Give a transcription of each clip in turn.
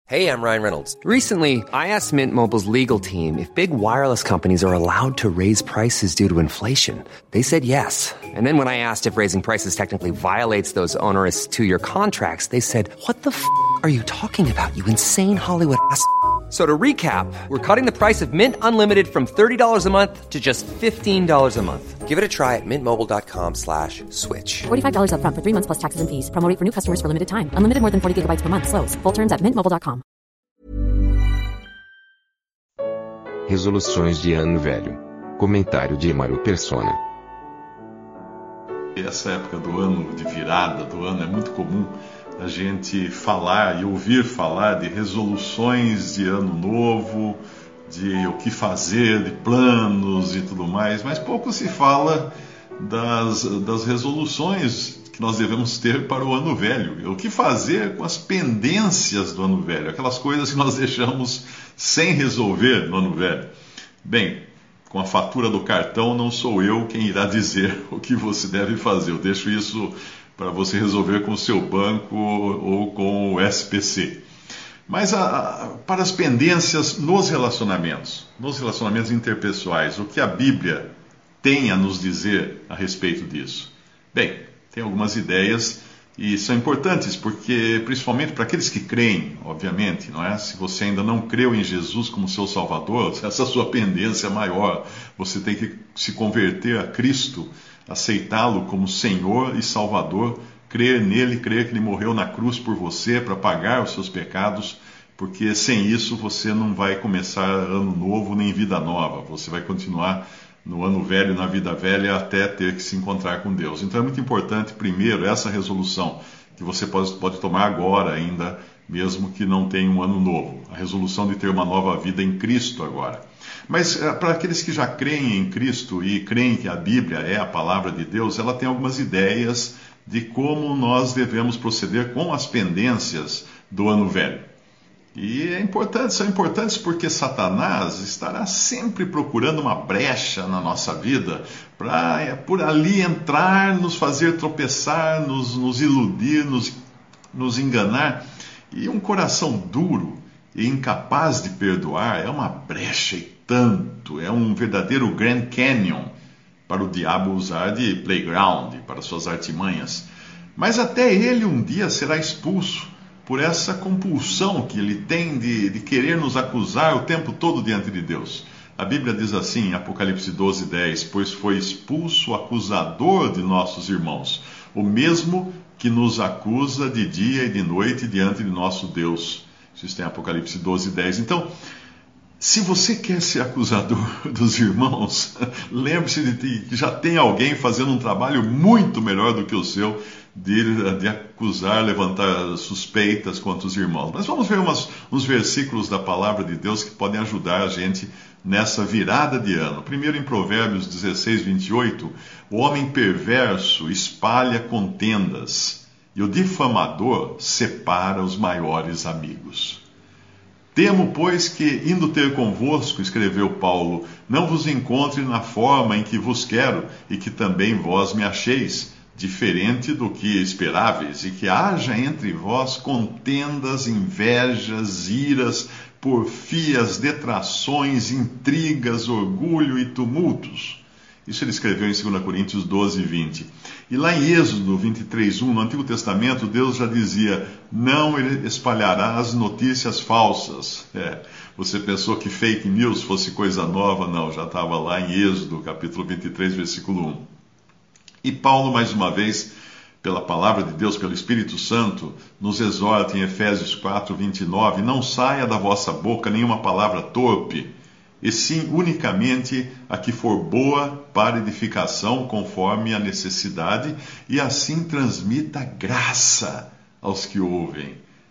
Hey, I'm Ryan Reynolds. Recently, I asked Mint Mobile's legal team if big wireless companies are allowed to raise prices due to inflation. They said yes. And then when I asked if raising prices technically violates those onerous two-year contracts, they said, "What the f*** are you talking about, you insane Hollywood ass?" So to recap, we're cutting the price of Mint Unlimited from $30 a month to just $15 a month. Give it a try at mintmobile.com/switch. $45 up front for 3 months plus taxes and fees. Promo rate for new customers for limited time. Unlimited more than 40 gigabytes per month. Slows full terms at mintmobile.com. Resoluções de Ano Velho. Comentário de Emaro Persona. Essa época do ano, de virada do ano, é muito comum a gente falar e ouvir falar de resoluções de ano novo, de o que fazer, de planos e tudo mais, mas pouco se fala das resoluções que nós devemos ter para o ano velho. O que fazer com as pendências do ano velho, aquelas coisas que nós deixamos sem resolver no ano velho. Bem, com a fatura do cartão não sou eu quem irá dizer o que você deve fazer. Eu deixo isso para você resolver com o seu banco ou com o SPC. Mas para as pendências nos relacionamentos interpessoais, o que a Bíblia tem a nos dizer a respeito disso? Bem, tem algumas ideias e são importantes porque, principalmente para aqueles que creem, obviamente, não é? Se você ainda não creu em Jesus como seu Salvador, essa sua pendência é maior. Você tem que se converter a Cristo, aceitá-lo como Senhor e Salvador, crer nele, crer que ele morreu na cruz por você para pagar os seus pecados, porque sem isso você não vai começar ano novo nem vida nova, você vai continuar no ano velho, na vida velha, até ter que se encontrar com Deus. Então é muito importante, primeiro, essa resolução que você pode tomar agora ainda, mesmo que não tenha um ano novo, a resolução de ter uma nova vida em Cristo agora. Mas para aqueles que já creem em Cristo e creem que a Bíblia é a palavra de Deus, ela tem algumas ideias de como nós devemos proceder com as pendências do ano velho. E são importantes porque Satanás estará sempre procurando uma brecha na nossa vida para por ali entrar, nos fazer tropeçar, nos iludir, nos enganar. E um coração duro e incapaz de perdoar é uma brecha e tanto, é um verdadeiro Grand Canyon para o diabo usar de playground, para suas artimanhas. Mas até ele um dia será expulso por essa compulsão que ele tem de querer nos acusar o tempo todo diante de Deus. A Bíblia diz assim, em Apocalipse 12:10, pois foi expulso o acusador de nossos irmãos, o mesmo que nos acusa de dia e de noite diante de nosso Deus. Isso está em Apocalipse 12:10. Então, se você quer ser acusador dos irmãos, lembre-se de que já tem alguém fazendo um trabalho muito melhor do que o seu, de acusar, levantar suspeitas contra os irmãos. Mas vamos ver uns versículos da palavra de Deus que podem ajudar a gente nessa virada de ano. Primeiro, em Provérbios 16:28, o homem perverso espalha contendas e o difamador separa os maiores amigos. Temo, pois, que, indo ter convosco, escreveu Paulo, não vos encontre na forma em que vos quero, e que também vós me acheis, diferente do que esperáveis, e que haja entre vós contendas, invejas, iras, porfias, detrações, intrigas, orgulho e tumultos. Isso ele escreveu em 2 Coríntios 12:20. E lá em Êxodo 23:1, no Antigo Testamento, Deus já dizia, não espalharás notícias falsas. Você pensou que fake news fosse coisa nova? Não, já estava lá em Êxodo, capítulo 23, versículo 1. E Paulo, mais uma vez, pela palavra de Deus, pelo Espírito Santo, nos exorta em Efésios 4:29, não saia da vossa boca nenhuma palavra torpe, e sim unicamente a que for boa para edificação, conforme a necessidade, e assim transmita graça aos que ouvem.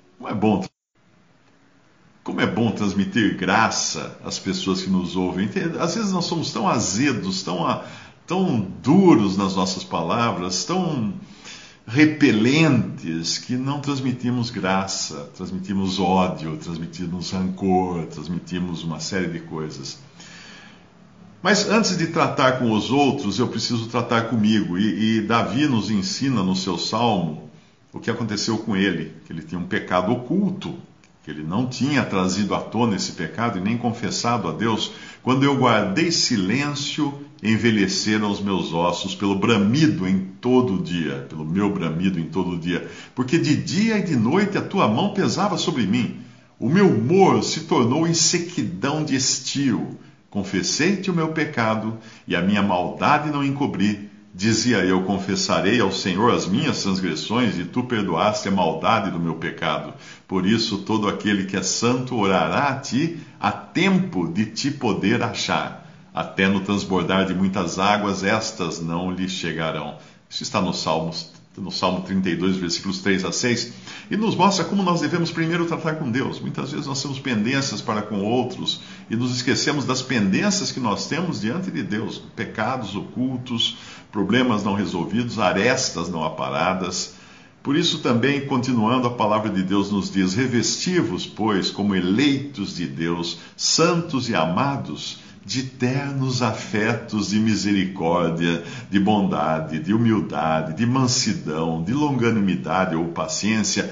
Como é bom transmitir graça às pessoas que nos ouvem. Às vezes nós somos tão azedos, tão duros nas nossas palavras, tão repelentes, que não transmitimos graça, transmitimos ódio, transmitimos rancor, transmitimos uma série de coisas. Mas antes de tratar com os outros, eu preciso tratar comigo. E Davi nos ensina no seu salmo o que aconteceu com ele, que ele tinha um pecado oculto, que ele não tinha trazido à tona esse pecado e nem confessado a Deus, quando eu guardei silêncio, envelheceram os meus ossos pelo bramido em todo o dia, pelo meu bramido em todo o dia, porque de dia e de noite a tua mão pesava sobre mim. O meu humor se tornou em sequidão de estio. Confessei-te o meu pecado e a minha maldade não encobri. Dizia eu, confessarei ao Senhor as minhas transgressões, e tu perdoaste a maldade do meu pecado. Por isso, todo aquele que é santo orará a ti, a tempo de te poder achar. Até no transbordar de muitas águas, estas não lhe chegarão. Isso está no Salmo 32, versículos 3 a 6, e nos mostra como nós devemos primeiro tratar com Deus. Muitas vezes nós temos pendências para com outros e nos esquecemos das pendências que nós temos diante de Deus, pecados ocultos, problemas não resolvidos, arestas não aparadas. Por isso também, continuando, a palavra de Deus nos diz: revesti-vos, pois, como eleitos de Deus, santos e amados, de ternos afetos de misericórdia, de bondade, de humildade, de mansidão, de longanimidade ou paciência,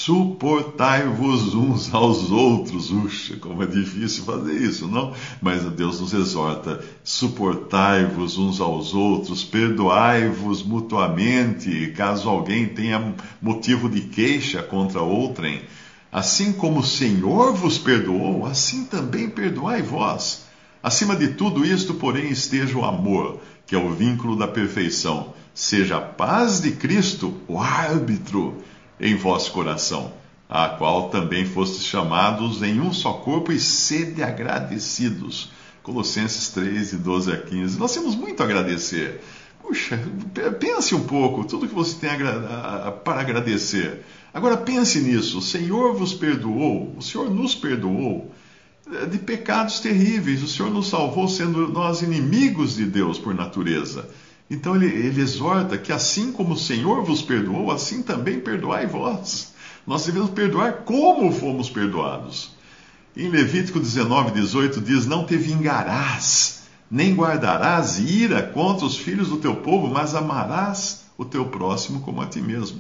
suportai-vos uns aos outros. Uxa, como é difícil fazer isso, não? Mas Deus nos exorta: suportai-vos uns aos outros, perdoai-vos mutuamente, caso alguém tenha motivo de queixa contra outrem. Assim como o Senhor vos perdoou, assim também perdoai vós. Acima de tudo isto, porém, esteja o amor, que é o vínculo da perfeição. Seja a paz de Cristo o árbitro em vosso coração, a qual também fostes chamados em um só corpo, e sede agradecidos. Colossenses 3, de 12 a 15. Nós temos muito a agradecer. Puxa, pense um pouco, tudo que você tem para agradecer. Agora pense nisso: o Senhor vos perdoou, o Senhor nos perdoou de pecados terríveis. O Senhor nos salvou sendo nós inimigos de Deus por natureza. Então ele exorta que assim como o Senhor vos perdoou, assim também perdoai vós. Nós devemos perdoar como fomos perdoados. Em Levítico 19, 18 diz: não te vingarás, nem guardarás ira contra os filhos do teu povo, mas amarás o teu próximo como a ti mesmo.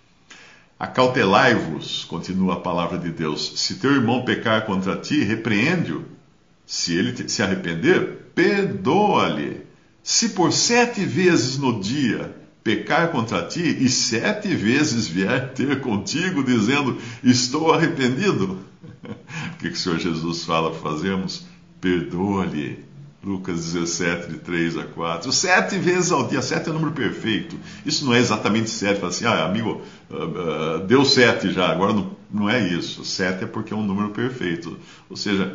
Acautelai-vos, continua a palavra de Deus: se teu irmão pecar contra ti, repreende-o. Se ele se arrepender, perdoa-lhe. Se por 7 vezes no dia pecar contra ti, e 7 vezes vier ter contigo, dizendo: estou arrependido, o que o Senhor Jesus fala para fazermos? Perdoa-lhe. Lucas 17, de 3 a 4. 7 vezes ao dia. 7 é o número perfeito. Isso não é exatamente 7. Fala assim: amigo, deu 7 já. Agora não é isso. 7 é porque é um número perfeito. Ou seja,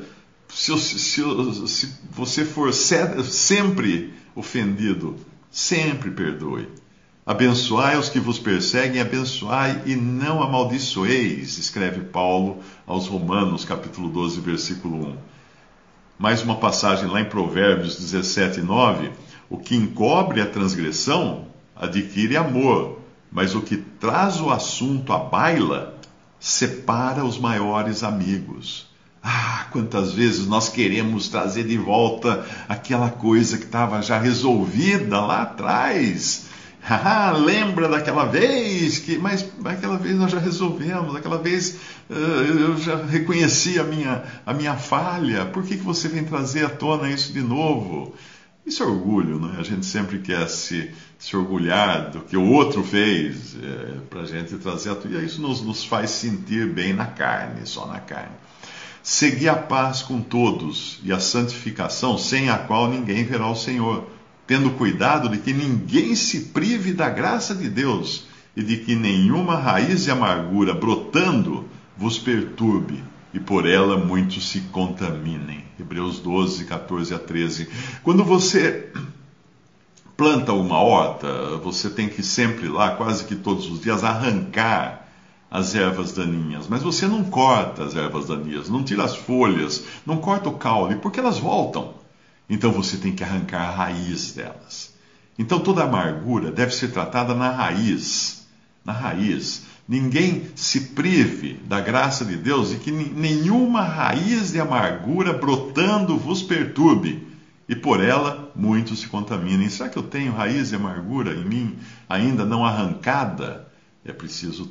se você for sempre ofendido, sempre perdoe. Abençoai os que vos perseguem, abençoai e não amaldiçoeis, escreve Paulo aos Romanos, capítulo 12, versículo 1. Mais uma passagem lá em Provérbios 17, 9: o que encobre a transgressão adquire amor, mas o que traz o assunto à baila separa os maiores amigos. Quantas vezes nós queremos trazer de volta aquela coisa que estava já resolvida lá atrás. Lembra daquela vez mas aquela vez nós já resolvemos, aquela vez eu já reconheci a minha falha. Por que você vem trazer à tona isso de novo? Isso é orgulho, né? A gente sempre quer se orgulhar do que o outro fez, para a gente trazer à tona, e isso nos faz sentir bem na carne, só na carne. Segui a paz com todos e a santificação, sem a qual ninguém verá o Senhor, tendo cuidado de que ninguém se prive da graça de Deus, e de que nenhuma raiz de amargura brotando vos perturbe, e por ela muitos se contaminem. Hebreus 12, 14 a 13. Quando você planta uma horta, você tem que sempre lá, quase que todos os dias, arrancar as ervas daninhas. Mas você não corta as ervas daninhas, não tira as folhas, não corta o caule, porque elas voltam. Então você tem que arrancar a raiz delas. Então toda amargura deve ser tratada na raiz. Na raiz. Ninguém se prive da graça de Deus, e que nenhuma raiz de amargura brotando vos perturbe, e por ela muitos se contaminem. Será que eu tenho raiz de amargura em mim ainda não arrancada? É preciso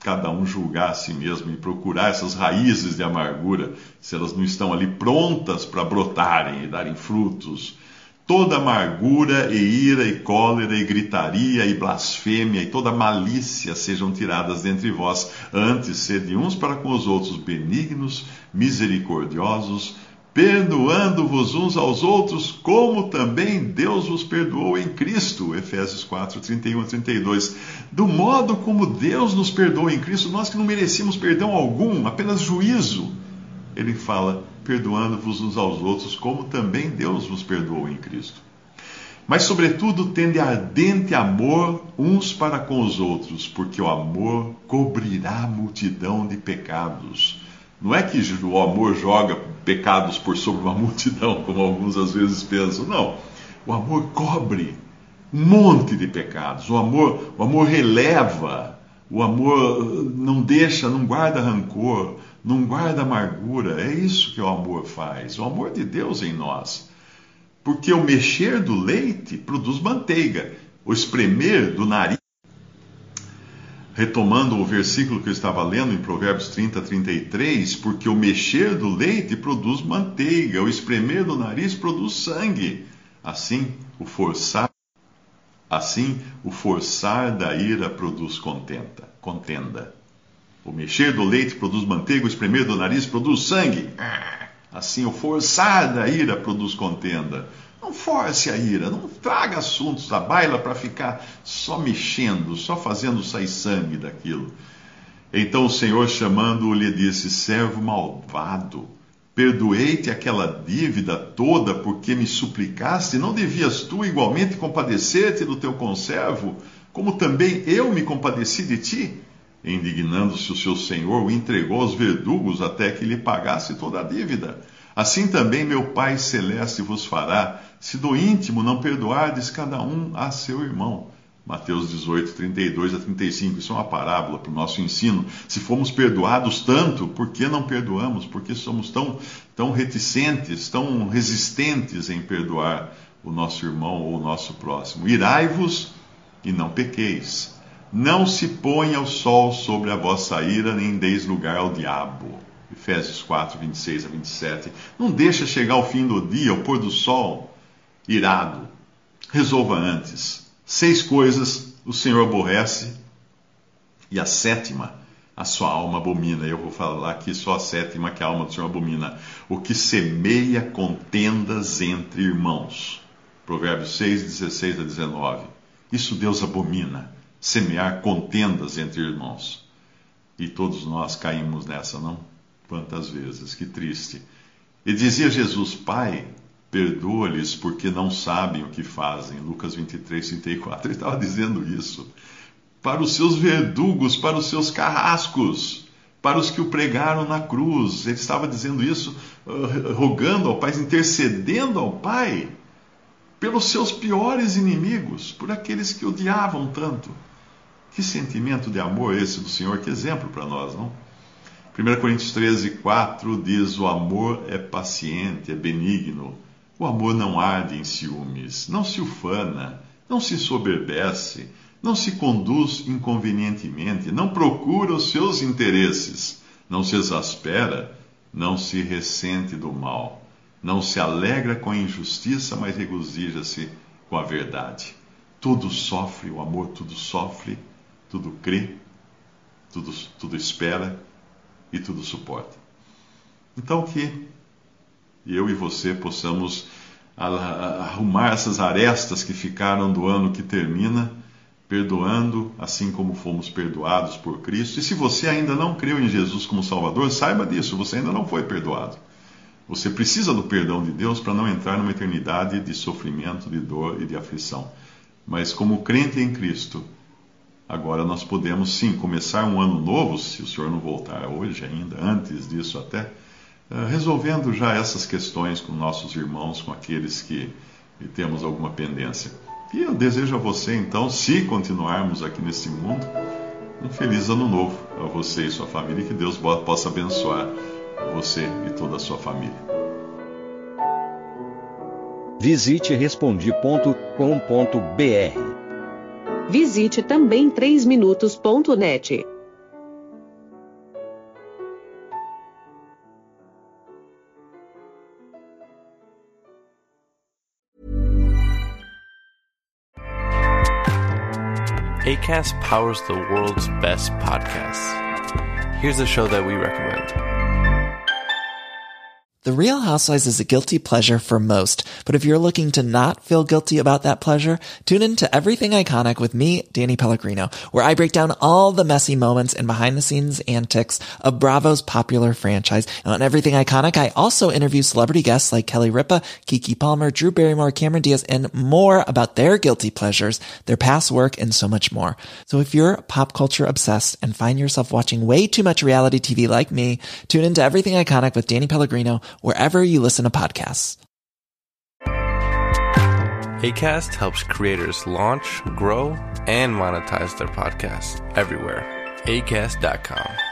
cada um julgar a si mesmo e procurar essas raízes de amargura, se elas não estão ali prontas para brotarem e darem frutos. Toda amargura e ira e cólera e gritaria e blasfêmia e toda malícia sejam tiradas dentre vós. Antes, sede uns para com os outros benignos, misericordiosos, perdoando-vos uns aos outros, como também Deus vos perdoou em Cristo. Efésios 4, 31 a 32. Do modo como Deus nos perdoou em Cristo, nós que não merecíamos perdão algum, apenas juízo. Ele fala, perdoando-vos uns aos outros, como também Deus vos perdoou em Cristo. Mas, sobretudo, tende ardente amor uns para com os outros, porque o amor cobrirá a multidão de pecados. Não é que o amor joga pecados por sobre uma multidão, como alguns às vezes pensam. Não. O amor cobre um monte de pecados. O amor releva. O amor não deixa, não guarda rancor, não guarda amargura. É isso que o amor faz. O amor de Deus em nós. Porque o mexer do leite produz manteiga. O espremer do nariz. Retomando o versículo que eu estava lendo em Provérbios 30, 33, porque o mexer do leite produz manteiga, o espremer do nariz produz sangue. Assim, o forçar da ira produz contenda. O mexer do leite produz manteiga, o espremer do nariz produz sangue. Assim, o forçar da ira produz contenda. Não force a ira, não traga assuntos à baila para ficar só mexendo, só fazendo sair sangue daquilo. Então o Senhor, chamando-o, lhe disse: servo malvado, perdoei-te aquela dívida toda porque me suplicaste. Não devias tu igualmente compadecer-te do teu conservo, como também eu me compadeci de ti? Indignando-se o seu senhor, o entregou aos verdugos até que lhe pagasse toda a dívida. Assim também meu Pai Celeste vos fará, se do íntimo não perdoardes cada um a seu irmão. Mateus 18, 32 a 35. Isso é uma parábola para o nosso ensino. Se fomos perdoados tanto, por que não perdoamos? Porque somos tão reticentes, tão resistentes em perdoar o nosso irmão ou o nosso próximo. Irai-vos e não pequeis. Não se ponha o sol sobre a vossa ira, nem deis lugar ao diabo. Efésios 4, 26 a 27. Não deixa chegar o fim do dia, o pôr do sol, irado. Resolva antes. 6 coisas o Senhor aborrece, e a 7ª, a sua alma abomina. Eu vou falar aqui só a 7ª, que a alma do Senhor abomina. O que semeia contendas entre irmãos. Provérbios 6, 16 a 19. Isso Deus abomina, semear contendas entre irmãos. E todos nós caímos nessa, não? Quantas vezes, que triste. E dizia Jesus: Pai, perdoa-lhes porque não sabem o que fazem. Lucas 23, 34. Ele estava dizendo isso para os seus verdugos, para os seus carrascos, para os que o pregaram na cruz. Ele estava dizendo isso, rogando ao Pai, intercedendo ao Pai pelos seus piores inimigos, por aqueles que odiavam tanto. Que sentimento de amor esse do Senhor, que exemplo para nós, não? 1 Coríntios 13, 4 diz: o amor é paciente, é benigno. O amor não arde em ciúmes, não se ufana, não se soberbece, não se conduz inconvenientemente, não procura os seus interesses, não se exaspera, não se ressente do mal, não se alegra com a injustiça, mas regozija-se com a verdade. Tudo sofre, o amor tudo sofre, tudo crê, tudo espera e tudo suporta. Então que eu e você possamos arrumar essas arestas que ficaram do ano que termina, perdoando assim como fomos perdoados por Cristo. E se você ainda não creu em Jesus como Salvador, saiba disso, você ainda não foi perdoado. Você precisa do perdão de Deus para não entrar numa eternidade de sofrimento, de dor e de aflição. Mas como crente em Cristo, agora nós podemos sim começar um ano novo, se o Senhor não voltar hoje ainda, antes disso até, resolvendo já essas questões com nossos irmãos, com aqueles que temos alguma pendência. E eu desejo a você então, se continuarmos aqui nesse mundo, um feliz ano novo a você e sua família, e que Deus possa abençoar você e toda a sua família. Visite Respondi.com.br. Visite também 3minutos.net. Acast powers the world's best podcasts. Here's a show that we recommend. The Real Housewives is a guilty pleasure for most, but if you're looking to not feel guilty about that pleasure, tune in to Everything Iconic with me, Danny Pellegrino, where I break down all the messy moments and behind-the-scenes antics of Bravo's popular franchise. And on Everything Iconic, I also interview celebrity guests like Kelly Ripa, Keke Palmer, Drew Barrymore, Cameron Diaz, and more about their guilty pleasures, their past work, and so much more. So if you're pop culture obsessed and find yourself watching way too much reality TV like me, tune into Everything Iconic with Danny Pellegrino, wherever you listen to podcasts. Acast helps creators launch, grow, and monetize their podcasts everywhere. Acast.com.